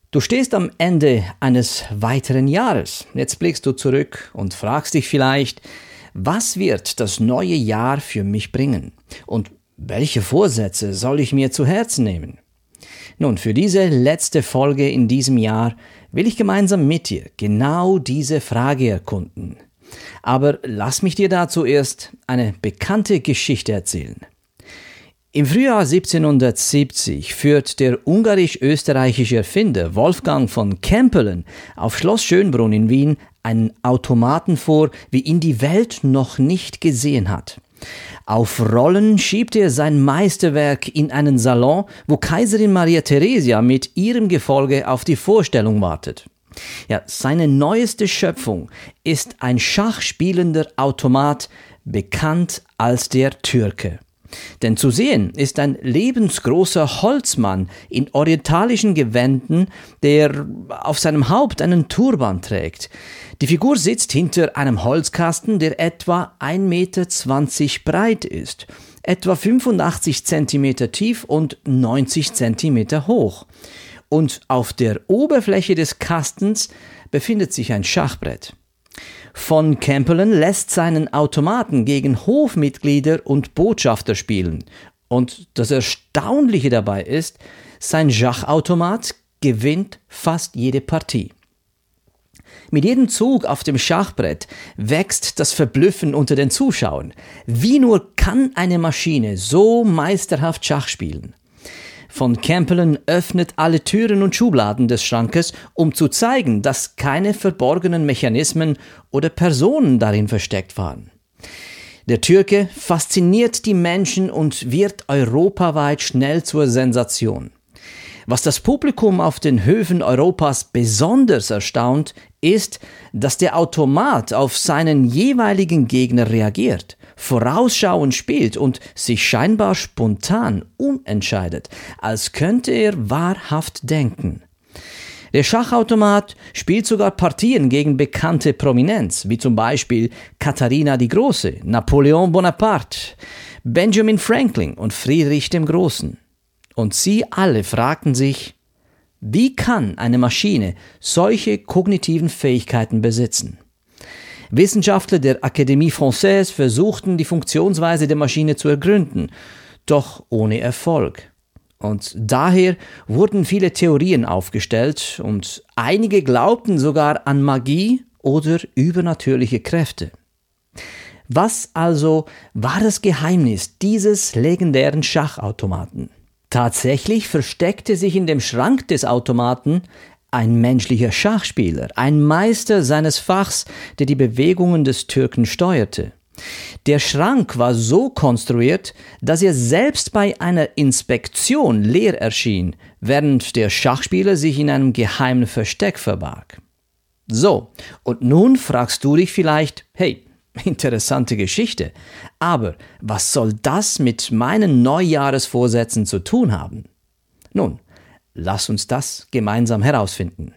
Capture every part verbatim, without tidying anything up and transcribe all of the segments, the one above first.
Du stehst am Ende eines weiteren Jahres. Jetzt blickst du zurück und fragst dich vielleicht, was wird das neue Jahr für mich bringen? Und welche Vorsätze soll ich mir zu Herzen nehmen? Nun, für diese letzte Folge in diesem Jahr will ich gemeinsam mit dir genau diese Frage erkunden. Aber lass mich dir dazu erst eine bekannte Geschichte erzählen. Im Frühjahr siebzehnhundertsiebzig führt der ungarisch-österreichische Erfinder Wolfgang von Kempelen auf Schloss Schönbrunn in Wien einen Automaten vor, wie ihn die Welt noch nicht gesehen hat. Auf Rollen schiebt er sein Meisterwerk in einen Salon, wo Kaiserin Maria Theresia mit ihrem Gefolge auf die Vorstellung wartet. Ja, seine neueste Schöpfung ist ein schachspielender Automat, bekannt als der Türke. Denn zu sehen ist ein lebensgroßer Holzmann in orientalischen Gewänden, der auf seinem Haupt einen Turban trägt. Die Figur sitzt hinter einem Holzkasten, der etwa ein Meter zwanzig breit ist, etwa fünfundachtzig Zentimeter tief und neunzig Zentimeter hoch. Und auf der Oberfläche des Kastens befindet sich ein Schachbrett. Von Kempelen lässt seinen Automaten gegen Hofmitglieder und Botschafter spielen. Und das Erstaunliche dabei ist, sein Schachautomat gewinnt fast jede Partie. Mit jedem Zug auf dem Schachbrett wächst das Verblüffen unter den Zuschauern. Wie nur kann eine Maschine so meisterhaft Schach spielen? Von Kempelen öffnet alle Türen und Schubladen des Schrankes, um zu zeigen, dass keine verborgenen Mechanismen oder Personen darin versteckt waren. Der Türke fasziniert die Menschen und wird europaweit schnell zur Sensation. Was das Publikum auf den Höfen Europas besonders erstaunt, ist, dass der Automat auf seinen jeweiligen Gegner reagiert, vorausschauend spielt und sich scheinbar spontan umentscheidet, als könnte er wahrhaft denken. Der Schachautomat spielt sogar Partien gegen bekannte Prominenz, wie zum Beispiel Katharina die Große, Napoleon Bonaparte, Benjamin Franklin und Friedrich dem Großen. Und sie alle fragten sich, wie kann eine Maschine solche kognitiven Fähigkeiten besitzen? Wissenschaftler der Académie Française versuchten, die Funktionsweise der Maschine zu ergründen, doch ohne Erfolg. Und daher wurden viele Theorien aufgestellt und einige glaubten sogar an Magie oder übernatürliche Kräfte. Was also war das Geheimnis dieses legendären Schachautomaten? Tatsächlich versteckte sich in dem Schrank des Automaten ein menschlicher Schachspieler, ein Meister seines Fachs, der die Bewegungen des Türken steuerte. Der Schrank war so konstruiert, dass er selbst bei einer Inspektion leer erschien, während der Schachspieler sich in einem geheimen Versteck verbarg. So, und nun fragst du dich vielleicht, hey, interessante Geschichte, aber was soll das mit meinen Neujahresvorsätzen zu tun haben? Nun, lass uns das gemeinsam herausfinden.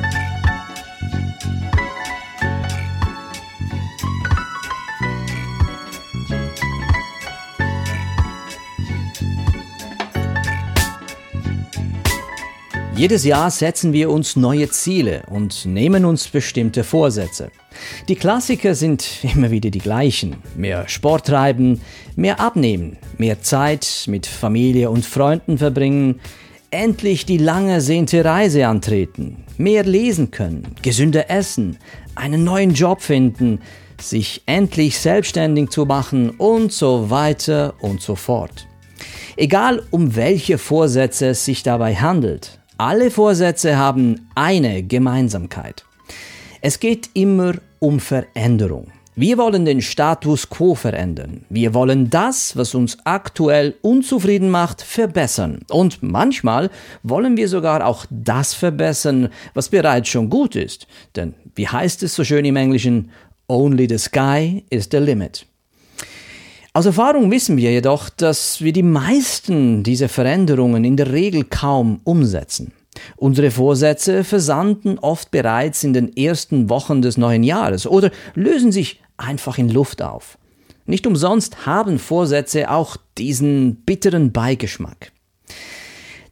Jedes Jahr setzen wir uns neue Ziele und nehmen uns bestimmte Vorsätze. Die Klassiker sind immer wieder die gleichen. Mehr Sport treiben, mehr abnehmen, mehr Zeit mit Familie und Freunden verbringen, endlich die lang ersehnte Reise antreten, mehr lesen können, gesünder essen, einen neuen Job finden, sich endlich selbstständig zu machen und so weiter und so fort. Egal um welche Vorsätze es sich dabei handelt, alle Vorsätze haben eine Gemeinsamkeit. Es geht immer um Veränderung. Wir wollen den Status quo verändern. Wir wollen das, was uns aktuell unzufrieden macht, verbessern. Und manchmal wollen wir sogar auch das verbessern, was bereits schon gut ist. Denn wie heißt es so schön im Englischen? Only the sky is the limit. Aus Erfahrung wissen wir jedoch, dass wir die meisten dieser Veränderungen in der Regel kaum umsetzen. Unsere Vorsätze versanden oft bereits in den ersten Wochen des neuen Jahres oder lösen sich einfach in Luft auf. Nicht umsonst haben Vorsätze auch diesen bitteren Beigeschmack.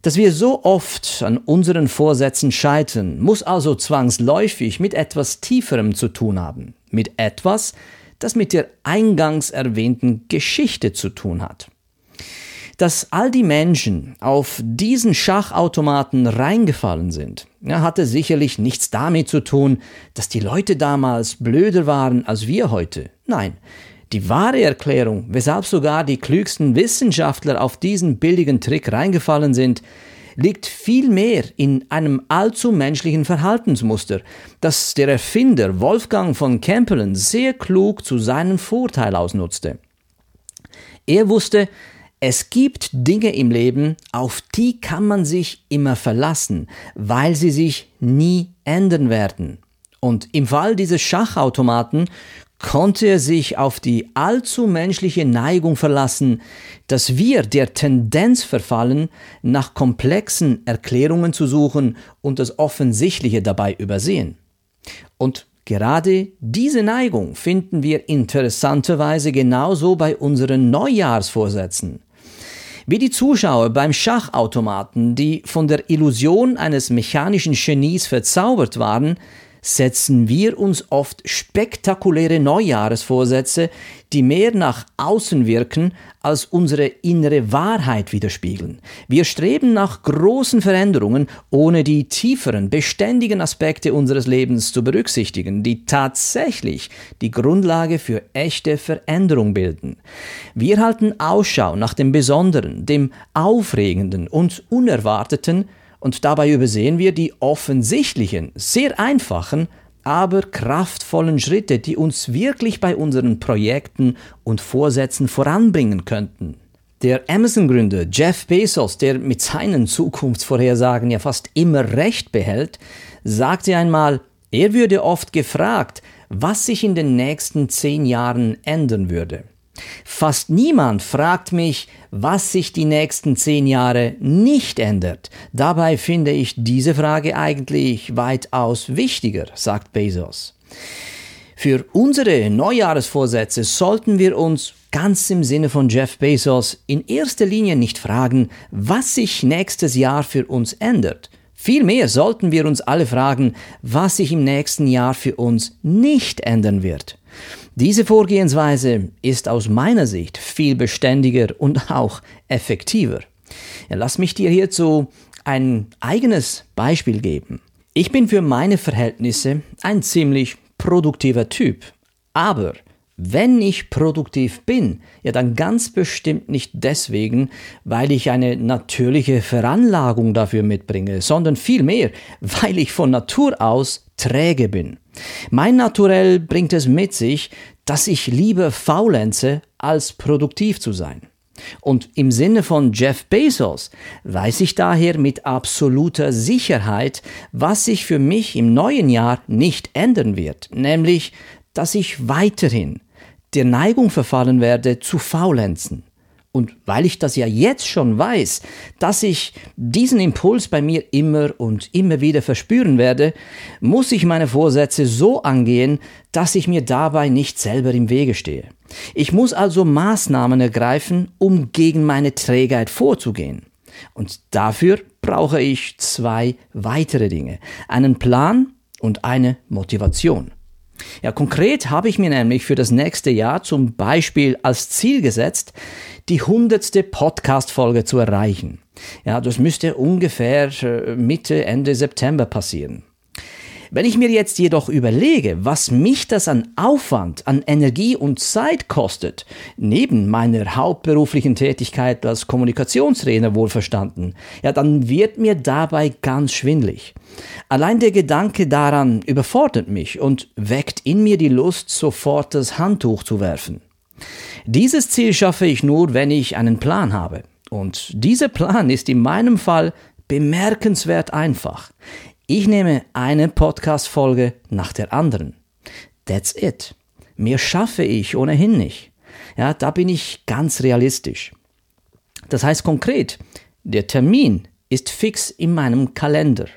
Dass wir so oft an unseren Vorsätzen scheitern, muss also zwangsläufig mit etwas Tieferem zu tun haben. Mit etwas, das mit der eingangs erwähnten Geschichte zu tun hat. Dass all die Menschen auf diesen Schachautomaten reingefallen sind, ja, hatte sicherlich nichts damit zu tun, dass die Leute damals blöder waren als wir heute. Nein, die wahre Erklärung, weshalb sogar die klügsten Wissenschaftler auf diesen billigen Trick reingefallen sind, liegt vielmehr in einem allzu menschlichen Verhaltensmuster, das der Erfinder Wolfgang von Kempelen sehr klug zu seinem Vorteil ausnutzte. Er wusste, es gibt Dinge im Leben, auf die kann man sich immer verlassen, weil sie sich nie ändern werden. Und im Fall dieses Schachautomaten konnte er sich auf die allzu menschliche Neigung verlassen, dass wir der Tendenz verfallen, nach komplexen Erklärungen zu suchen und das Offensichtliche dabei übersehen. Und gerade diese Neigung finden wir interessanterweise genauso bei unseren Neujahrsvorsätzen. Wie die Zuschauer beim Schachautomaten, die von der Illusion eines mechanischen Genies verzaubert waren, setzen wir uns oft spektakuläre Neujahresvorsätze, die mehr nach außen wirken, als unsere innere Wahrheit widerspiegeln. Wir streben nach großen Veränderungen, ohne die tieferen, beständigen Aspekte unseres Lebens zu berücksichtigen, die tatsächlich die Grundlage für echte Veränderung bilden. Wir halten Ausschau nach dem Besonderen, dem Aufregenden und Unerwarteten, und dabei übersehen wir die offensichtlichen, sehr einfachen, aber kraftvollen Schritte, die uns wirklich bei unseren Projekten und Vorsätzen voranbringen könnten. Der Amazon-Gründer Jeff Bezos, der mit seinen Zukunftsvorhersagen ja fast immer Recht behält, sagte einmal, er würde oft gefragt, was sich in den nächsten zehn Jahren ändern würde. Fast niemand fragt mich, was sich die nächsten zehn Jahre nicht ändert. Dabei finde ich diese Frage eigentlich weitaus wichtiger, sagt Bezos. Für unsere Neujahresvorsätze sollten wir uns, ganz im Sinne von Jeff Bezos, in erster Linie nicht fragen, was sich nächstes Jahr für uns ändert. Vielmehr sollten wir uns alle fragen, was sich im nächsten Jahr für uns nicht ändern wird. Diese Vorgehensweise ist aus meiner Sicht viel beständiger und auch effektiver. Ja, lass mich dir hierzu ein eigenes Beispiel geben. Ich bin für meine Verhältnisse ein ziemlich produktiver Typ, aber wenn ich produktiv bin, ja dann ganz bestimmt nicht deswegen, weil ich eine natürliche Veranlagung dafür mitbringe, sondern vielmehr, weil ich von Natur aus träge bin. Mein Naturell bringt es mit sich, dass ich lieber faulenze, als produktiv zu sein. Und im Sinne von Jeff Bezos weiß ich daher mit absoluter Sicherheit, was sich für mich im neuen Jahr nicht ändern wird, nämlich, dass ich weiterhin der Neigung verfallen werde, zu faulenzen. Und weil ich das ja jetzt schon weiß, dass ich diesen Impuls bei mir immer und immer wieder verspüren werde, muss ich meine Vorsätze so angehen, dass ich mir dabei nicht selber im Wege stehe. Ich muss also Maßnahmen ergreifen, um gegen meine Trägheit vorzugehen. Und dafür brauche ich zwei weitere Dinge: einen Plan und eine Motivation. Ja, konkret habe ich mir nämlich für das nächste Jahr zum Beispiel als Ziel gesetzt, die hundertste Podcast-Folge zu erreichen. Ja, das müsste ungefähr Mitte, Ende September passieren. Wenn ich mir jetzt jedoch überlege, was mich das an Aufwand, an Energie und Zeit kostet, neben meiner hauptberuflichen Tätigkeit als Kommunikationstrainer wohlverstanden, ja, dann wird mir dabei ganz schwindlig. Allein der Gedanke daran überfordert mich und weckt in mir die Lust, sofort das Handtuch zu werfen. Dieses Ziel schaffe ich nur, wenn ich einen Plan habe. Und dieser Plan ist in meinem Fall bemerkenswert einfach. Ich nehme eine Podcast-Folge nach der anderen. That's it. Mehr schaffe ich ohnehin nicht. Ja, da bin ich ganz realistisch. Das heißt konkret, der Termin ist fix in meinem Kalender.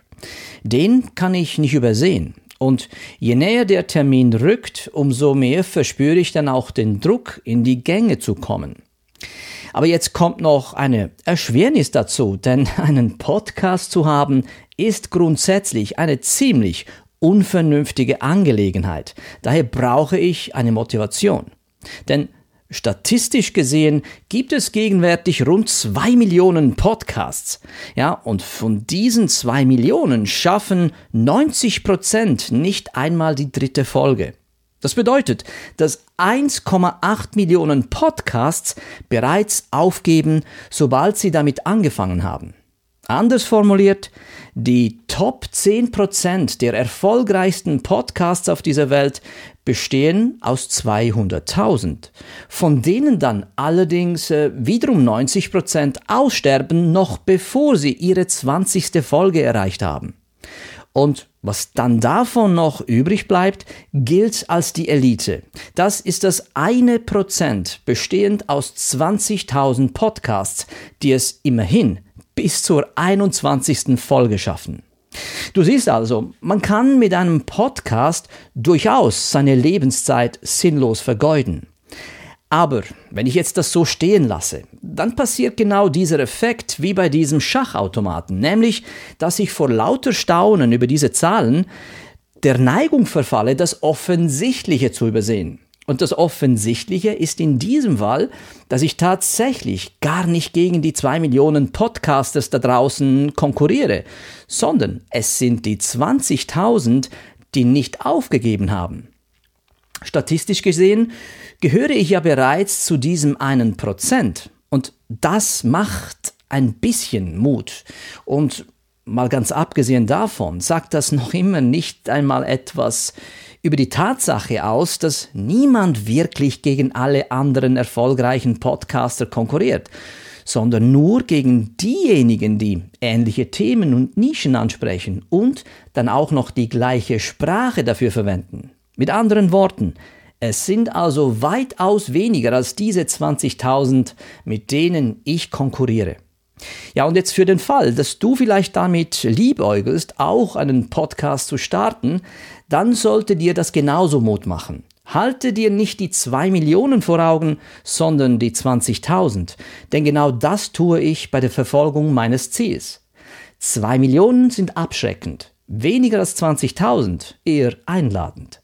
Den kann ich nicht übersehen. Und je näher der Termin rückt, umso mehr verspüre ich dann auch den Druck, in die Gänge zu kommen. Aber jetzt kommt noch eine Erschwernis dazu, denn einen Podcast zu haben, ist grundsätzlich eine ziemlich unvernünftige Angelegenheit. Daher brauche ich eine Motivation. Denn statistisch gesehen gibt es gegenwärtig rund zwei Millionen Podcasts. Ja, und von diesen zwei Millionen schaffen neunzig Prozent nicht einmal die dritte Folge. Das bedeutet, dass eins Komma acht Millionen Podcasts bereits aufgeben, sobald sie damit angefangen haben. Anders formuliert, die Top zehn Prozent der erfolgreichsten Podcasts auf dieser Welt bestehen aus zweihunderttausend, von denen dann allerdings äh, wiederum neunzig Prozent aussterben, noch bevor sie ihre zwanzigste Folge erreicht haben. Und was dann davon noch übrig bleibt, gilt als die Elite. Das ist das eine Prozent, bestehend aus zwanzigtausend Podcasts, die es immerhin bis zur einundzwanzigsten Folge schaffen. Du siehst also, man kann mit einem Podcast durchaus seine Lebenszeit sinnlos vergeuden. Aber wenn ich jetzt das so stehen lasse, dann passiert genau dieser Effekt wie bei diesem Schachautomaten, nämlich, dass ich vor lauter Staunen über diese Zahlen der Neigung verfalle, das Offensichtliche zu übersehen. Und das Offensichtliche ist in diesem Fall, dass ich tatsächlich gar nicht gegen die zwei Millionen Podcasters da draußen konkurriere, sondern es sind die zwanzigtausend, die nicht aufgegeben haben. Statistisch gesehen gehöre ich ja bereits zu diesem einen Prozent und das macht ein bisschen Mut. Und mal ganz abgesehen davon sagt das noch immer nicht einmal etwas über die Tatsache aus, dass niemand wirklich gegen alle anderen erfolgreichen Podcaster konkurriert, sondern nur gegen diejenigen, die ähnliche Themen und Nischen ansprechen und dann auch noch die gleiche Sprache dafür verwenden. Mit anderen Worten, es sind also weitaus weniger als diese zwanzigtausend, mit denen ich konkurriere. Ja, und jetzt für den Fall, dass du vielleicht damit liebäugelst, auch einen Podcast zu starten, dann sollte dir das genauso Mut machen. Halte dir nicht die zwei Millionen vor Augen, sondern die zwanzigtausend. Denn genau das tue ich bei der Verfolgung meines Ziels. Zwei Millionen sind abschreckend, weniger als zwanzigtausend eher einladend.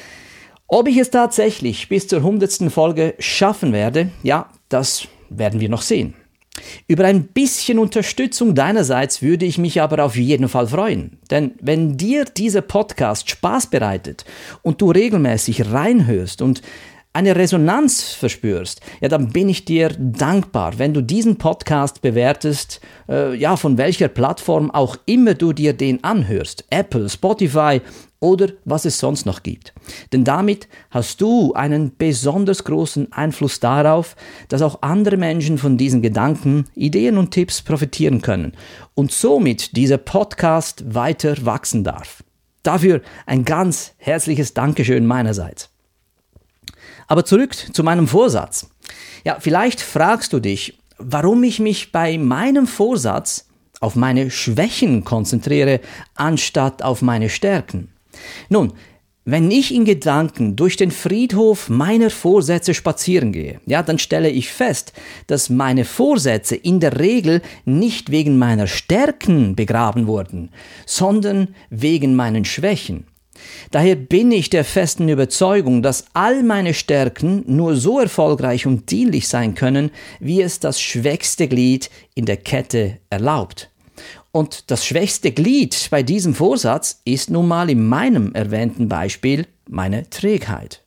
Ob ich es tatsächlich bis zur hundertsten Folge schaffen werde, ja, das werden wir noch sehen. Über ein bisschen Unterstützung deinerseits würde ich mich aber auf jeden Fall freuen. Denn wenn dir dieser Podcast Spaß bereitet und du regelmäßig reinhörst und eine Resonanz verspürst, ja, dann bin ich dir dankbar, wenn du diesen Podcast bewertest, äh, ja, von welcher Plattform auch immer du dir den anhörst, Apple, Spotify oder was es sonst noch gibt. Denn damit hast du einen besonders großen Einfluss darauf, dass auch andere Menschen von diesen Gedanken, Ideen und Tipps profitieren können und somit dieser Podcast weiter wachsen darf. Dafür ein ganz herzliches Dankeschön meinerseits. Aber zurück zu meinem Vorsatz. Ja, vielleicht fragst du dich, warum ich mich bei meinem Vorsatz auf meine Schwächen konzentriere, anstatt auf meine Stärken. Nun, wenn ich in Gedanken durch den Friedhof meiner Vorsätze spazieren gehe, ja, dann stelle ich fest, dass meine Vorsätze in der Regel nicht wegen meiner Stärken begraben wurden, sondern wegen meinen Schwächen. Daher bin ich der festen Überzeugung, dass all meine Stärken nur so erfolgreich und dienlich sein können, wie es das schwächste Glied in der Kette erlaubt. Und das schwächste Glied bei diesem Vorsatz ist nun mal in meinem erwähnten Beispiel meine Trägheit.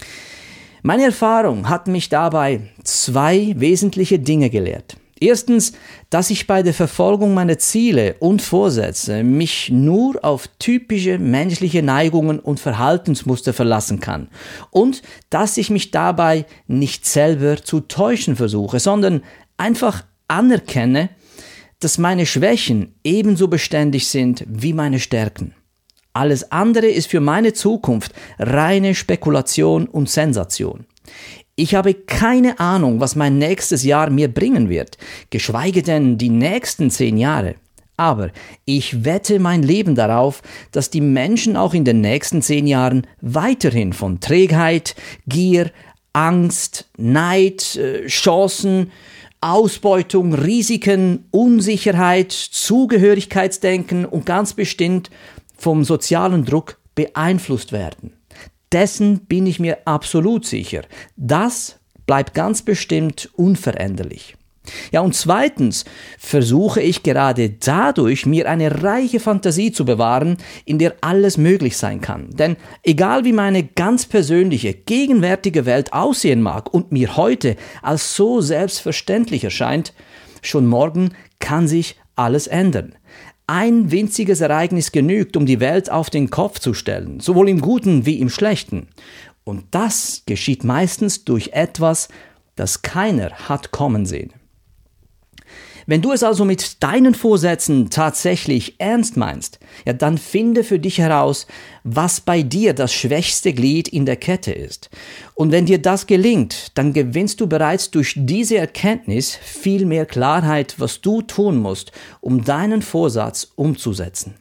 Meine Erfahrung hat mich dabei zwei wesentliche Dinge gelehrt. Erstens, dass ich bei der Verfolgung meiner Ziele und Vorsätze mich nur auf typische menschliche Neigungen und Verhaltensmuster verlassen kann und dass ich mich dabei nicht selber zu täuschen versuche, sondern einfach anerkenne, dass meine Schwächen ebenso beständig sind wie meine Stärken. Alles andere ist für meine Zukunft reine Spekulation und Sensation. Ich habe keine Ahnung, was mein nächstes Jahr mir bringen wird, geschweige denn die nächsten zehn Jahre. Aber ich wette mein Leben darauf, dass die Menschen auch in den nächsten zehn Jahren weiterhin von Trägheit, Gier, Angst, Neid, Chancen, Ausbeutung, Risiken, Unsicherheit, Zugehörigkeitsdenken und ganz bestimmt vom sozialen Druck beeinflusst werden. Dessen bin ich mir absolut sicher. Das bleibt ganz bestimmt unveränderlich. Ja, und zweitens versuche ich gerade dadurch, mir eine reiche Fantasie zu bewahren, in der alles möglich sein kann. Denn egal wie meine ganz persönliche, gegenwärtige Welt aussehen mag und mir heute als so selbstverständlich erscheint, schon morgen kann sich alles ändern. Ein winziges Ereignis genügt, um die Welt auf den Kopf zu stellen, sowohl im Guten wie im Schlechten. Und das geschieht meistens durch etwas, das keiner hat kommen sehen. Wenn du es also mit deinen Vorsätzen tatsächlich ernst meinst, ja, dann finde für dich heraus, was bei dir das schwächste Glied in der Kette ist. Und wenn dir das gelingt, dann gewinnst du bereits durch diese Erkenntnis viel mehr Klarheit, was du tun musst, um deinen Vorsatz umzusetzen.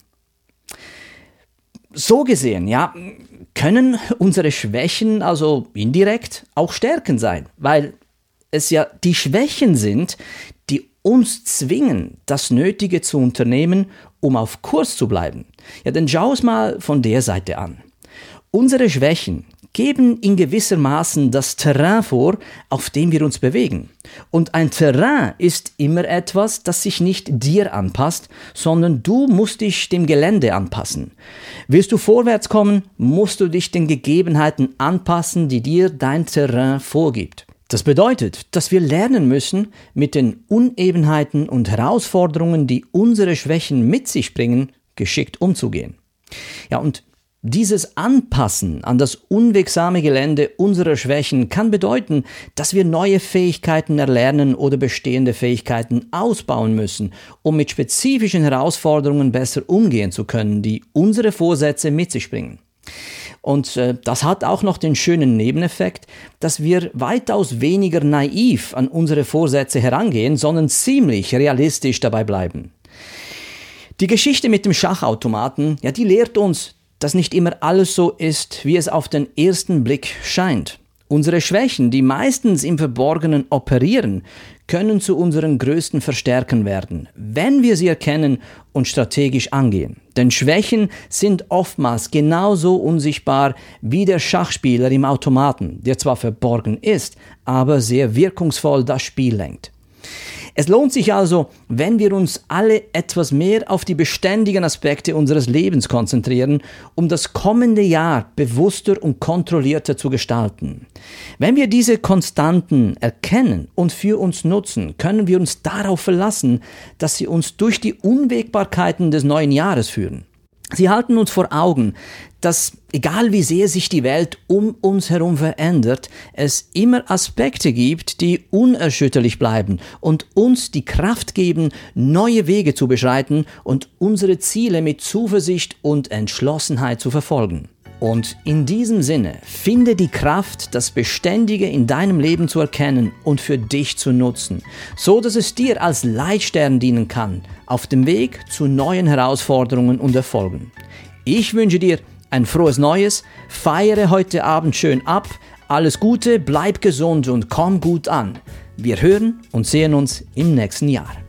So gesehen, ja, können unsere Schwächen also indirekt auch Stärken sein, weil es ja die Schwächen sind, die uns zwingen, das Nötige zu unternehmen, um auf Kurs zu bleiben. Ja, denn schau es mal von der Seite an. Unsere Schwächen geben in gewisser Maßen das Terrain vor, auf dem wir uns bewegen. Und ein Terrain ist immer etwas, das sich nicht dir anpasst, sondern du musst dich dem Gelände anpassen. Willst du vorwärts kommen, musst du dich den Gegebenheiten anpassen, die dir dein Terrain vorgibt. Das bedeutet, dass wir lernen müssen, mit den Unebenheiten und Herausforderungen, die unsere Schwächen mit sich bringen, geschickt umzugehen. Ja, und dieses Anpassen an das unwegsame Gelände unserer Schwächen kann bedeuten, dass wir neue Fähigkeiten erlernen oder bestehende Fähigkeiten ausbauen müssen, um mit spezifischen Herausforderungen besser umgehen zu können, die unsere Vorsätze mit sich bringen. Und äh, das hat auch noch den schönen Nebeneffekt, dass wir weitaus weniger naiv an unsere Vorsätze herangehen, sondern ziemlich realistisch dabei bleiben. Die Geschichte mit dem Schachautomaten, ja, die lehrt uns, dass nicht immer alles so ist, wie es auf den ersten Blick scheint. Unsere Schwächen, die meistens im Verborgenen operieren, können zu unseren größten Verstärkern werden, wenn wir sie erkennen und strategisch angehen. Denn Schwächen sind oftmals genauso unsichtbar wie der Schachspieler im Automaten, der zwar verborgen ist, aber sehr wirkungsvoll das Spiel lenkt. Es lohnt sich also, wenn wir uns alle etwas mehr auf die beständigen Aspekte unseres Lebens konzentrieren, um das kommende Jahr bewusster und kontrollierter zu gestalten. Wenn wir diese Konstanten erkennen und für uns nutzen, können wir uns darauf verlassen, dass sie uns durch die Unwägbarkeiten des neuen Jahres führen. Sie halten uns vor Augen, dass, egal wie sehr sich die Welt um uns herum verändert, es immer Aspekte gibt, die unerschütterlich bleiben und uns die Kraft geben, neue Wege zu beschreiten und unsere Ziele mit Zuversicht und Entschlossenheit zu verfolgen. Und in diesem Sinne, finde die Kraft, das Beständige in deinem Leben zu erkennen und für dich zu nutzen, so dass es dir als Leitstern dienen kann, auf dem Weg zu neuen Herausforderungen und Erfolgen. Ich wünsche dir ein frohes Neues, feiere heute Abend schön ab, alles Gute, bleib gesund und komm gut an. Wir hören und sehen uns im nächsten Jahr.